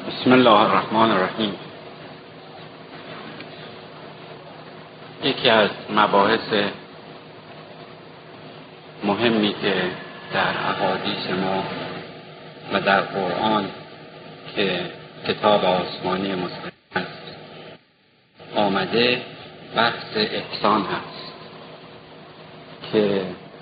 بسم الله الرحمن الرحیم. یکی از مباحث مهمی که در احادیث ما و در قرآن که کتاب آسمانی مسلم است آمده بحث احسان هست که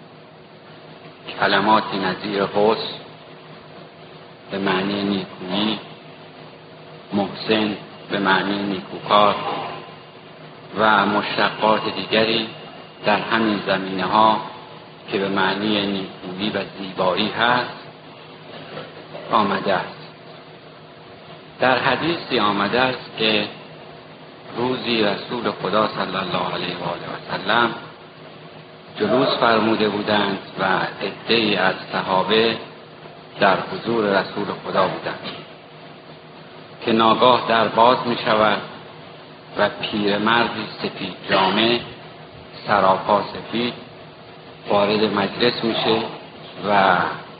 کلماتی نظیر حسن به معنی نیکویی، محسن به معنی نیکوکار و مشتقات دیگری در همین زمینه ها که به معنی نیکویی و زیبایی هست آمده است. در حدیثی آمده است که روزی رسول خدا صلی الله علیه و آله و سلم جلوس فرموده بودند و عده‌ای از صحابه در حضور رسول خدا بودند که ناگاه در باز می شود و پیرمردی سفید جامه سراپا سفید وارد مجلس میشه و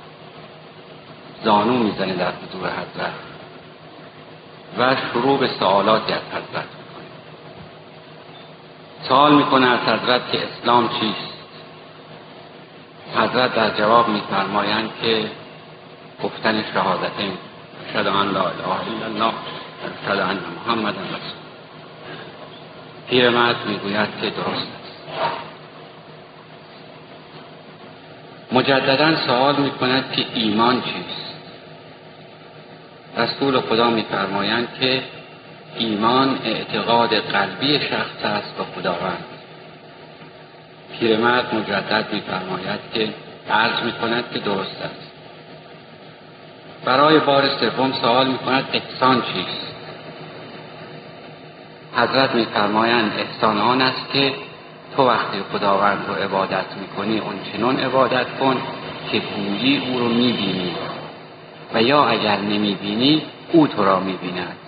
زانو میزنه در حضور حضرت و شروع به سوالاتی از حضرت میکنه. سوال میکنه از حضرت که اسلام چیست؟ حضرت در جواب میفرمایند که گفتن شهادتین اشهد ان لا اله الا الله و اشهد ان محمدا رسول الله. پیرمرد میگوید که درست است. مجددا سوال میکند که ایمان چیست؟ رسول خدا میفرمایند که ایمان اعتقاد قلبی شخص است به خداوند. پیرمرد مجدد میفرماید که عرض میکند که درست است. برای بار سوم سوال میکند احسان چیست؟ حضرت میفرمایند احسان آن است که تو وقتی خداوند رو عبادت میکنی اون چنان عبادت کن که گویی او رو میبینی و یا اگر نمیبینی او تو را میبیند.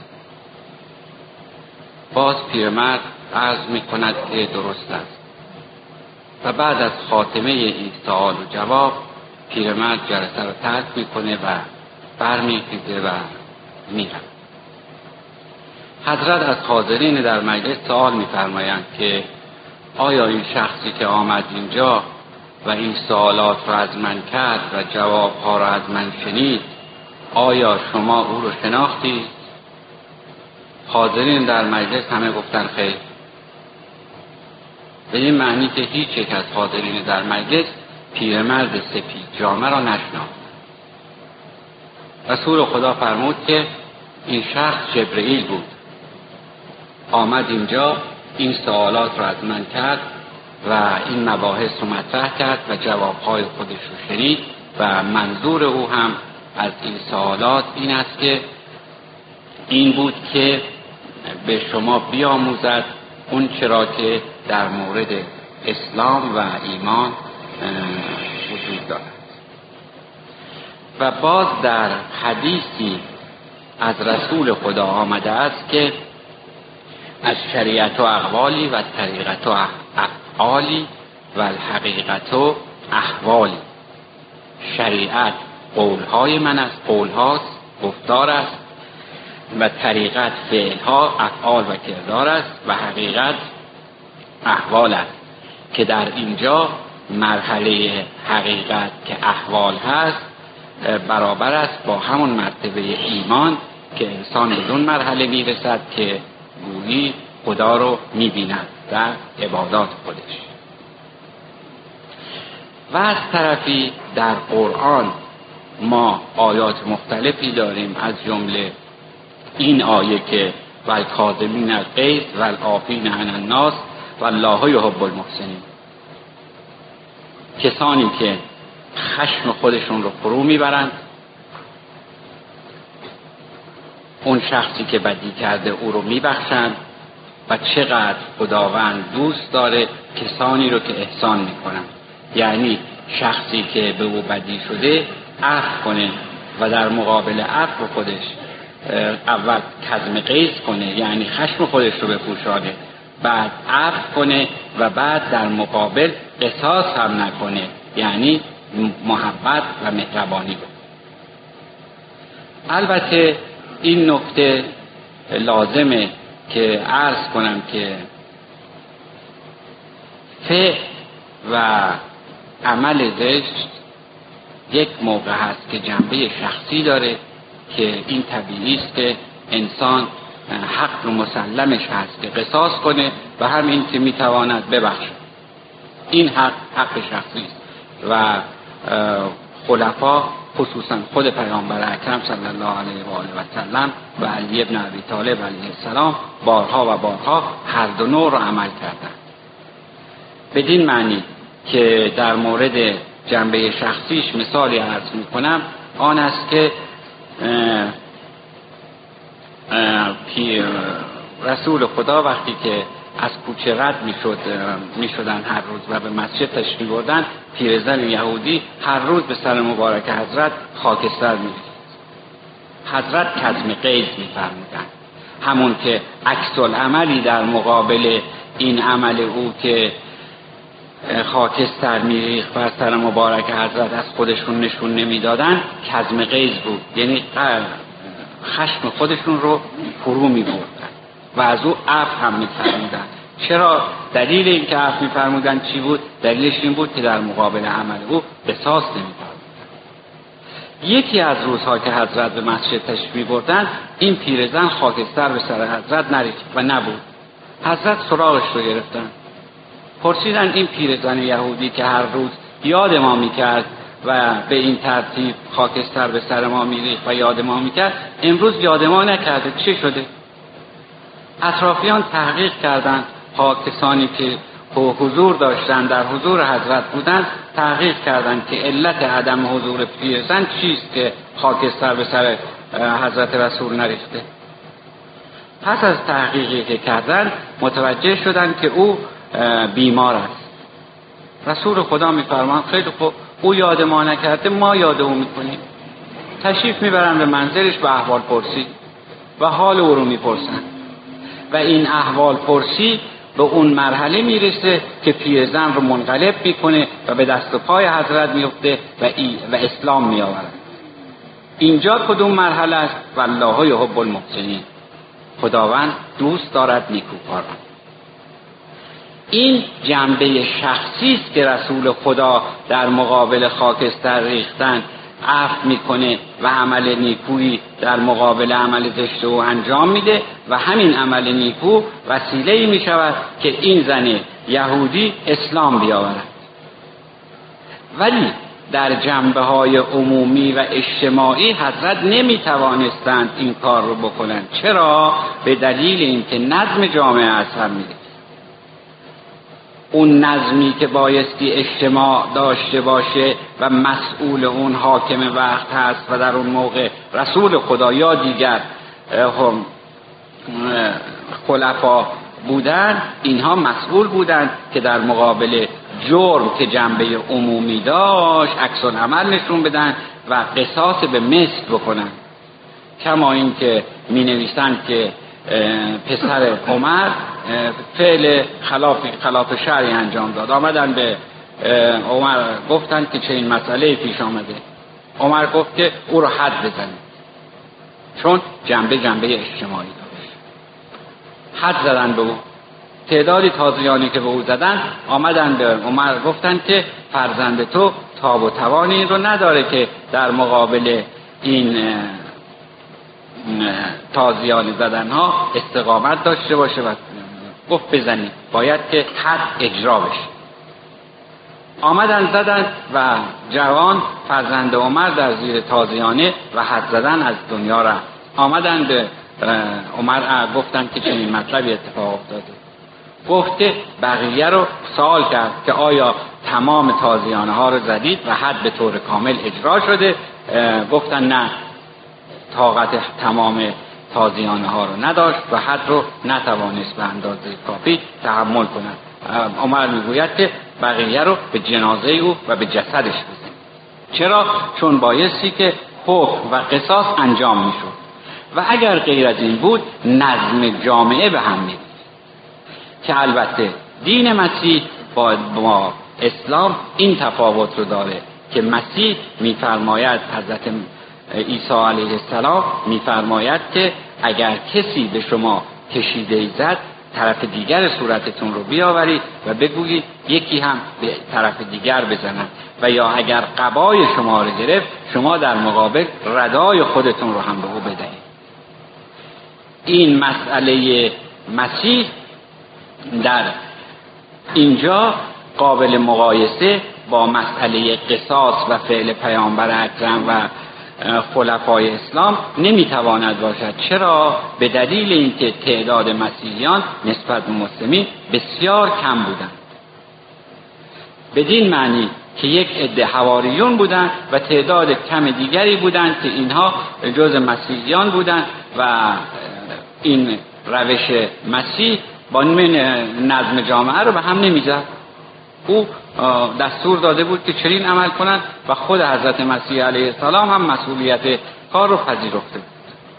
باز پیرمرد عرض میکند که درست است و بعد از خاتمه این سوال و جواب پیرمرد جلسه رو ترک میکنه و برمیخیزه و میره. حضرت از حاضرین در مجلس سوال میفرمایند که آیا این شخصی که آمد اینجا و این سوالات را از من کرد و جوابها را از من شنید آیا شما او رو شناختید؟ حاضرین در مجلس همه گفتن خیر. به این معنی که هیچ یک از حاضرین در مجلس پیرمرد سپید جامه را نشناخت. رسول خدا فرمود که این شخص جبرئیل بود، آمد اینجا این سوالات را از من کرد و این مباحث رو مطرح کرد و جوابهای خودش رو شنید و منظور او هم از این سوالات این است که این بود که به شما بیاموزد اون چرا که در مورد اسلام و ایمان وجود دارد. و باز در حدیثی از رسول خدا آمده است که از شریعت و اقوالی و طریقت و افعالی و الحقیقت و احوالی. شریعت قولهای من است، قولهاست، گفتار است و طریقت فعلها، افعال و کردار است و حقیقت احوال است که در اینجا مرحله حقیقت که احوال هست برابر است با همون مرتبه ایمان که انسان به اون مرحله میرسد که گویی خدا رو میبیند در عبادات خودش. و از طرفی در قرآن ما آیات مختلفی داریم از جمله این آیه که والکاظمین الغیظ والعافین عن الناس والله یحب المحسنین. کسانی که خشم خودشون رو فرو میبرند، اون شخصی که بدی کرده او رو میبخشند و چقدر خداوند دوست داره کسانی رو که احسان میکنن. یعنی شخصی که به او بدی شده عفو کنه و در مقابل عفو خودش اول کظم غیظ کنه، یعنی خشم خودش رو بپوشانه، بعد عفو کنه و بعد در مقابل قصاص هم نکنه، یعنی محبت و مهربانی بود. البته این نکته لازمه که عرض کنم که فعل و عمل زشت یک موقع هست که جنبه شخصی داره که این طبیعی است که انسان حق و مسلمش هست که قصاص کنه و همین که میتواند ببخشه. این حق شخصی است و خلفا خصوصا خود پیامبر اکرم صلی الله علیه و آله و سلم و علی ابن ابی طالب علیه السلام بارها و بارها هر دو نوع را عمل کردند. بدین معنی که در مورد جنبه شخصیش مثالی عرض میکنم آن است که رسول خدا وقتی که از کوچه رد میشدن هر روز و به مسجد تشریف بردن، پیرزن یهودی هر روز به سر مبارک حضرت خاکستر می‌ریخت. حضرت کظم غیظ می‌فرمودند، همون که عکس العملی در مقابل این عمل او که خاکستر می‌ریخت و سر مبارک حضرت از خودشون نشون نمیدادن کظم غیظ بود، یعنی خشم خودشون رو فرو می‌بردن و از او عفو هم می‌فرمودن. چرا؟ دلیل این که عفو می‌فرمودن چی بود؟ دلیلش این بود که در مقابل عمل او قصاص نمی‌فرمودن. یکی از روزها که حضرت به مسجد تشریف بردن، این پیرزن خاکستر به سر حضرت نریخت و نبود. حضرت سراغش رو گرفتن، پرسیدن این پیرزن یهودی که هر روز یاد ما می‌کرد و به این ترتیب خاکستر به سر ما می‌ریخت و یاد ما می‌کرد، امروز یاد ما نکرده، چه شده؟ اطرافیان تحقیق کردند، کسانی که حضور داشتن در حضور حضرت بودند تحقیق کردند که علت عدم حضور پیرزن چیست که خاکستر به سر حضرت رسول نریخته. پس از تحقیقی که کردند متوجه شدند که او بیمار است. رسول خدا می‌فرمایند خیلی خوب، او یاد ما نکرده، ما یاد او می‌کنیم. تشریف می‌برند به منزلش به احوال پرسی و حال او رو می‌پرسند و این احوال پرسی به اون مرحله میرسه که پیرزن رو منقلب میکنه و به دست و پای حضرت میفته و اسلام میآورد. اینجا کدوم مرحله است؟ والله یحب المحسنین، خداوند دوست دارد نیکوکاران. این جنبه شخصی است که رسول خدا در مقابل خاکستر ریختن عفو میکنه و عمل نیکویی در مقابل عمل زشت او انجام میده و همین عمل نیکو وسیله‌ای میشود که این زن یهودی اسلام بیاورد. ولی در جنبه‌های عمومی و اجتماعی حضرت نمیتوانستند این کار رو بکنند. چرا؟ به دلیل اینکه نظم جامعه از هم میره. اون نظمی که بایستی اجتماع داشته باشه و مسئول اون حاکم وقت هست و در اون موقع رسول خدا یا دیگر خلفا بودن، اینها مسئول بودن که در مقابل جرم که جنبه عمومی داشت عکس العمل نشون بدن و قصاص به مثل بکنن. کما این که می نویسند که پسر عمر فعل خلاف شرعی انجام داد، آمدن به عمر گفتن که چه این مسئله پیش آمده. عمر گفت که او رو حد بزنید، چون جنبه اجتماعی داشت. حد زدن به او. تعدادی تازیانی که به او زدن آمدن به عمر گفتن که فرزند تو تاب و توان این رو نداره که در مقابل این تازیانی زدن ها استقامت داشته باشه و گفت بزنید، باید که حد اجرا بشه. آمدن زدن و جوان فرزند عمر در زیر تازیانه و حد زدن از دنیا رفت. آمدن به عمر گفتن که چنین مطلبی اتفاق افتاده. گفت که بقیه رو سوال کرد که آیا تمام تازیانه ها رو زدید و حد به طور کامل اجرا شده؟ گفتن نه، طاقت تمام تازیانه ها رو نداشت و حد رو نتوانست به اندازه کافی تحمل کند. عمر میگوید که بقیه رو به جنازه او و به جسدش بزنید. چرا؟ چون بایستی که حکم و قصاص انجام میشد و اگر غیر از این بود نظم جامعه به هم می‌ریخت. که البته دین مسیح با اسلام این تفاوت رو داره که مسیح میفرماید، حضرت عیسی علیه السلام می‌فرماید که اگر کسی به شما کشیده‌ای زد، طرف دیگر صورتتون رو بیاورید و بگویید یکی هم به طرف دیگر بزنند، و یا اگر قبای شما رو گرفت، شما در مقابل ردای خودتون رو هم به او بدهید. این مسئله مسیح در اینجا قابل مقایسه با مسئله قصاص و فعل پیامبر اکرم و خلفای اسلام نمیتواند باشد. چرا؟ به دلیل اینکه تعداد مسیحیان نسبت به مسلمین بسیار کم بودند، بدین معنی که یک عده حواریون بودند و تعداد کم دیگری بودند که اینها جز مسیحیان بودند و این روش مسیح با نظم جامعه رو به هم نمیزد. او دستور داده بود که چنین عمل کنند و خود حضرت مسیح علیه السلام هم مسئولیت کار رو پذیرفته بود.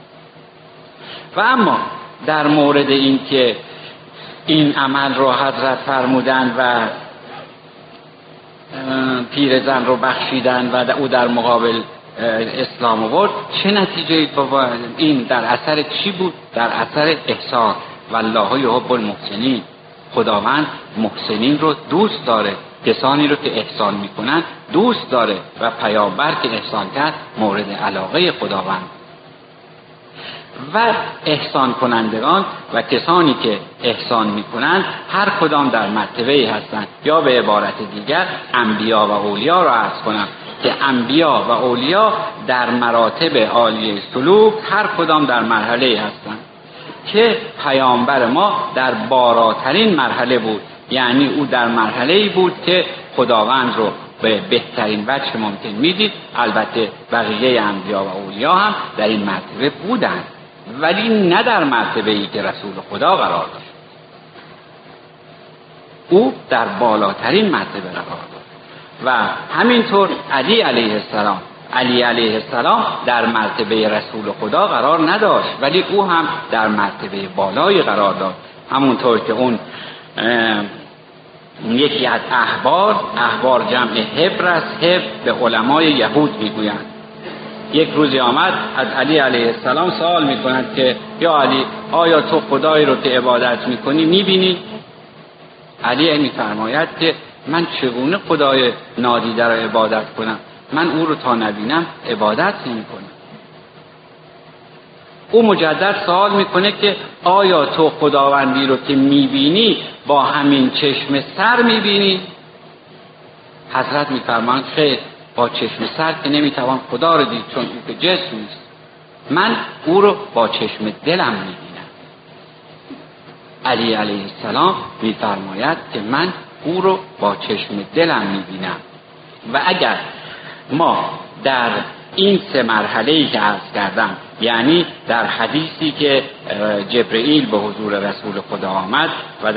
و اما در مورد این که این عمل رو حضرت فرمودند و پیرزن رو بخشیدن و او در مقابل اسلام آورد، چه نتیجه بابا این در اثر چی بود؟ در اثر احسان. والله یحب المحسنین. خداوند محسنین رو دوست داره، کسانی رو که احسان میکنن دوست داره و پیامبر که احسان کرد مورد علاقه خداوند. و احسان کنندگان و کسانی که احسان میکنند هر کدام در مرتبه‌ای هستند، یا به عبارت دیگر انبیا و اولیا را عرض کنم که انبیا و اولیا در مراتب عالیه سلوک هر کدام در مرحله‌ای هستند که پیامبر ما در بالاترین مرحله بود، یعنی او در مرحله‌ای بود که خداوند رو به بهترین وجه ممکن میدید. البته بقیه انبیا و اولیا هم در این مرتبه بودند، ولی نه در مرتبه‌ای که رسول خدا قرار داشت. او در بالاترین مرتبه قرار داشت. و همینطور علی علیه السلام در مرتبه رسول خدا قرار نداشت، ولی او هم در مرتبه بالایی قرار داشت. همونطور که اون یکی از احبار جمع حبر است، حبر به علمای یهود میگویند. یک روزی آمد از علی علیه السلام سوال میکند که یا علی، آیا تو خدایی رو که عبادت میکنی میبینی؟ علی میفرماید که من چگونه خدای نادیده را عبادت کنم؟ من او رو تا نبینم عبادت نمی‌کنم. او مجدد سوال میکنه که آیا تو خداوندی رو که میبینی با همین چشم سر میبینی؟ حضرت میفرمایند خیر، با چشم سر که نمیتوان خدا رو دید، چون او که جسم نیست. من او رو با چشم دلم میبینم. علی علیه السلام میفرماید که من او رو با چشم دلم میبینم. و اگر ما در این سه مرحله‌ای که عرض کردم، یعنی در حدیثی که جبرئیل به حضور رسول خدا آمد و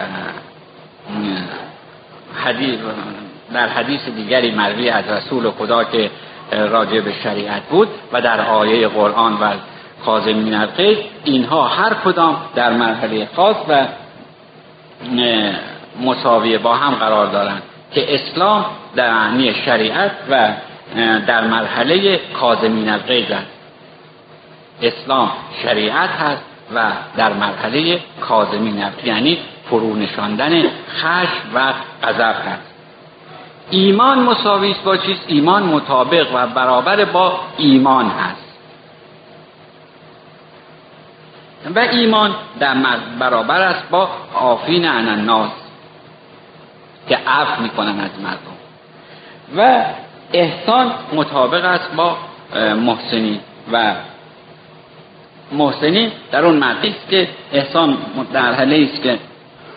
در حدیث دیگری مروی از رسول خدا که راجع به شریعت بود و در آیه قرآن و کاظمین الغیظ، اینها هر کدام در مرحله خاص و مساوی با هم قرار دارند که اسلام در معنی شریعت و در مرحله کاظمین الغیظ است. اسلام شریعت هست و در مرحله کاظمین الغیظ یعنی فرو نشاندن خشم و غضب هست. ایمان مساوی است با چیز؟ ایمان مطابق و برابر با ایمان هست و ایمان در برابر است با عافین عن الناس که عفو میکنن از مردم. و احسان مطابق است با محسنین و محسنین در اون مرحله است که احسان در مرحله است که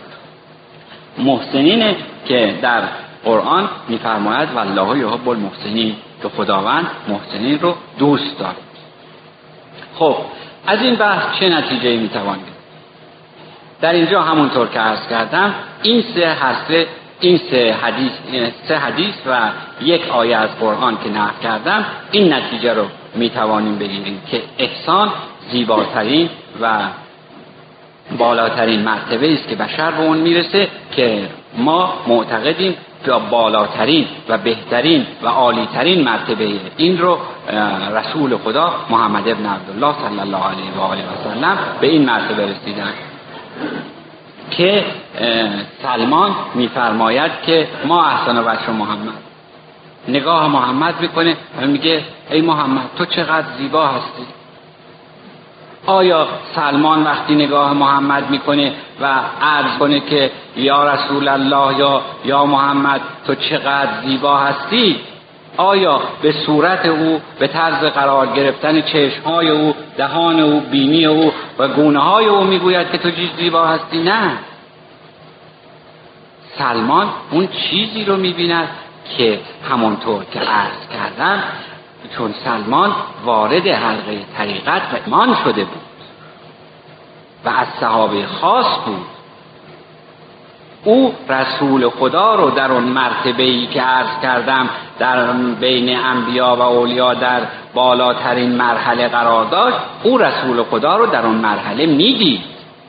محسنینه که در قرآن میفرماید والله یحب المحسنین، که خداوند محسنین رو دوست دارد. خب از این بحث چه نتیجه‌ای میتوان گرفت؟ در اینجا همونطور که عرض کردم این سه حدیث و یک آیه از قرآن که نقل کردم، این نتیجه رو میتوانیم بگیریم که احسان زیباترین و بالاترین مرتبه است که بشر به اون میرسه، که ما معتقدیم بالاترین و بهترین و عالیترین مرتبه این رو رسول خدا محمد ابن عبدالله صلی الله علیه و آله و سلم به این مرتبه رسیدن که سلمان میفرماید که ما احسن وجه محمد، نگاه محمد میکنه و میگه ای محمد تو چقدر زیبا هستی. آیا سلمان وقتی نگاه محمد میکنه و عرض کنه که یا رسول الله یا محمد تو چقدر زیبا هستی، آیا به صورت او، به طرز قرار گرفتن چشمهای او، دهان او، بینی او و گونه های او میگوید که تو زیبا هستی؟ نه، سلمان اون چیزی رو میبیند که همونطور که عرض کردم، چون سلمان وارد حلقه طریقت و ایمان شده بود و از صحابه خاص بود، او رسول خدا رو در اون مرتبه‌ای که عرض کردم در بین انبیا و اولیا در بالاترین مرحله قرار داشت، او رسول خدا رو در اون مرحله میدید.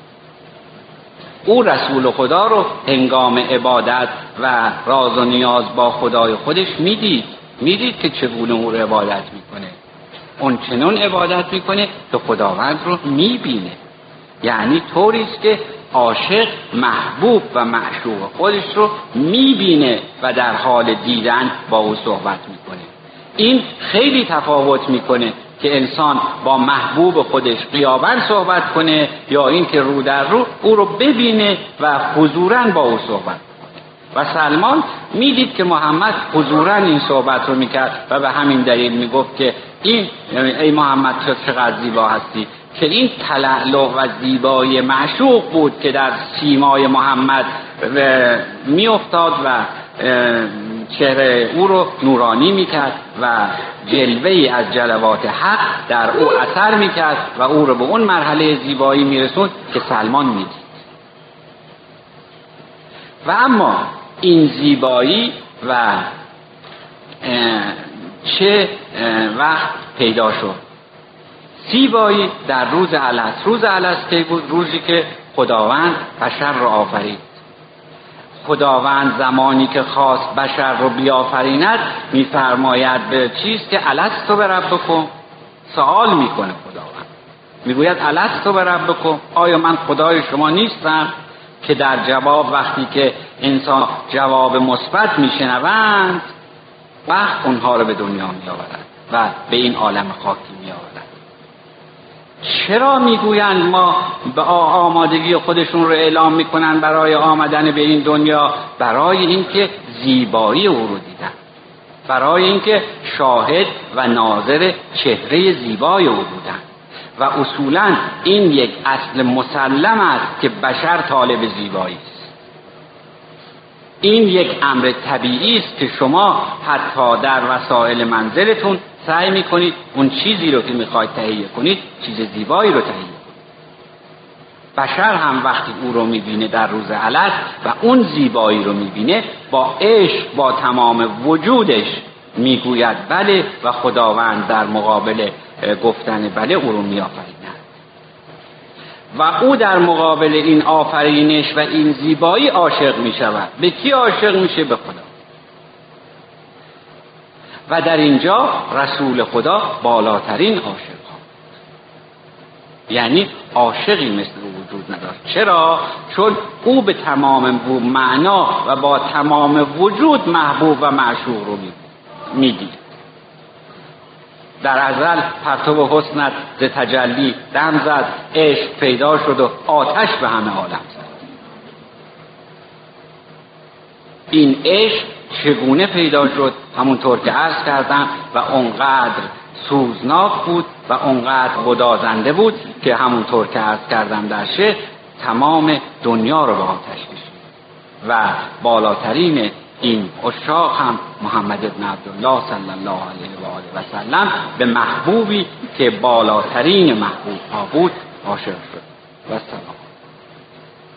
او رسول خدا رو هنگام عبادت و راز و نیاز با خدای خودش میدید که چگونه او رو عبادت میکنه. اون چنون عبادت میکنه که خداوند رو میبینه، یعنی طوریست که عاشق محبوب و معشوق خودش رو میبینه و در حال دیدن با او صحبت میکنه. این خیلی تفاوت میکنه که انسان با محبوب خودش غیاباً صحبت کنه یا این که رو در رو او رو ببینه و حضوراً با او صحبت کنه. و سلمان میدید که محمد حضوراً این صحبت رو میکرد و به همین دلیل میگفت که این ای محمد چقدر زیبا هستی، که این تلألؤ و زیبایی معشوق بود که در سیمای محمد میافتاد و چهره او رو نورانی میکرد و جلوه‌ای از جلوات حق در او اثر میکرد و او رو به اون مرحله زیبایی میرسوند که سلمان میدید. و اما این زیبایی و چه وقت پیدا شد؟ زیبایی در روز الست. روز الست کی بود؟ روزی که خداوند بشر را آفرید. خداوند زمانی که خواست بشر رو بیافریند میفرماید به چیز که الستو بربکم، سوال میکنه خداوند، میگوید الستو بربکم، آیا من خدای شما نیستم؟ که در جواب وقتی که انسان جواب مثبت میشنوند وقت اونها رو به دنیا میآورد و به این عالم خاکی میآورد. چرا میگویند ما به آمادگی خودشون رو اعلام میکنن برای آمدن به این دنیا؟ برای اینکه زیبایی او رو دیدن، برای اینکه شاهد و ناظر چهره زیبای او بودن. و اصولا این یک اصل مسلم است که بشر طالب زیبایی است. این یک امر طبیعی است که شما حتی در وسایل منزلتون سعی میکنید اون چیزی رو که میخواید تهیه کنید چیز زیبایی رو تهیه کنید. بشر هم وقتی او رو میبینه در روز الست و اون زیبایی رو میبینه، با عشق با تمام وجودش میگوید بله و خداوند در مقابل گفتن بله او رو میآفریند. و او در مقابل این آفرینش و این زیبایی عاشق میشود. به کی عاشق میشه؟ به خدا. و در اینجا رسول خدا بالاترین عاشق ها، یعنی عاشقی مثل او وجود نداشت. چرا؟ چون او به تمام معنا و با تمام وجود محبوب و معشوق رو میدید. در ازل پرتو حسنت ز تجلی دم زد، عشق پیدا شد و آتش به همه عالم زد. این عشق چگونه پیدا شد؟ همونطور که عرض کردم و اونقدر سوزناک بود و اونقدر گدازنده بود که همونطور که عرض کردم در شعر تمام دنیا رو به آتش کشید. و بالاترین این عشاق هم محمد ابن عبدالله صلی الله علیه و آله و سلم به محبوبی که بالاترین محبوب ها بود عاشق شد. و سلام.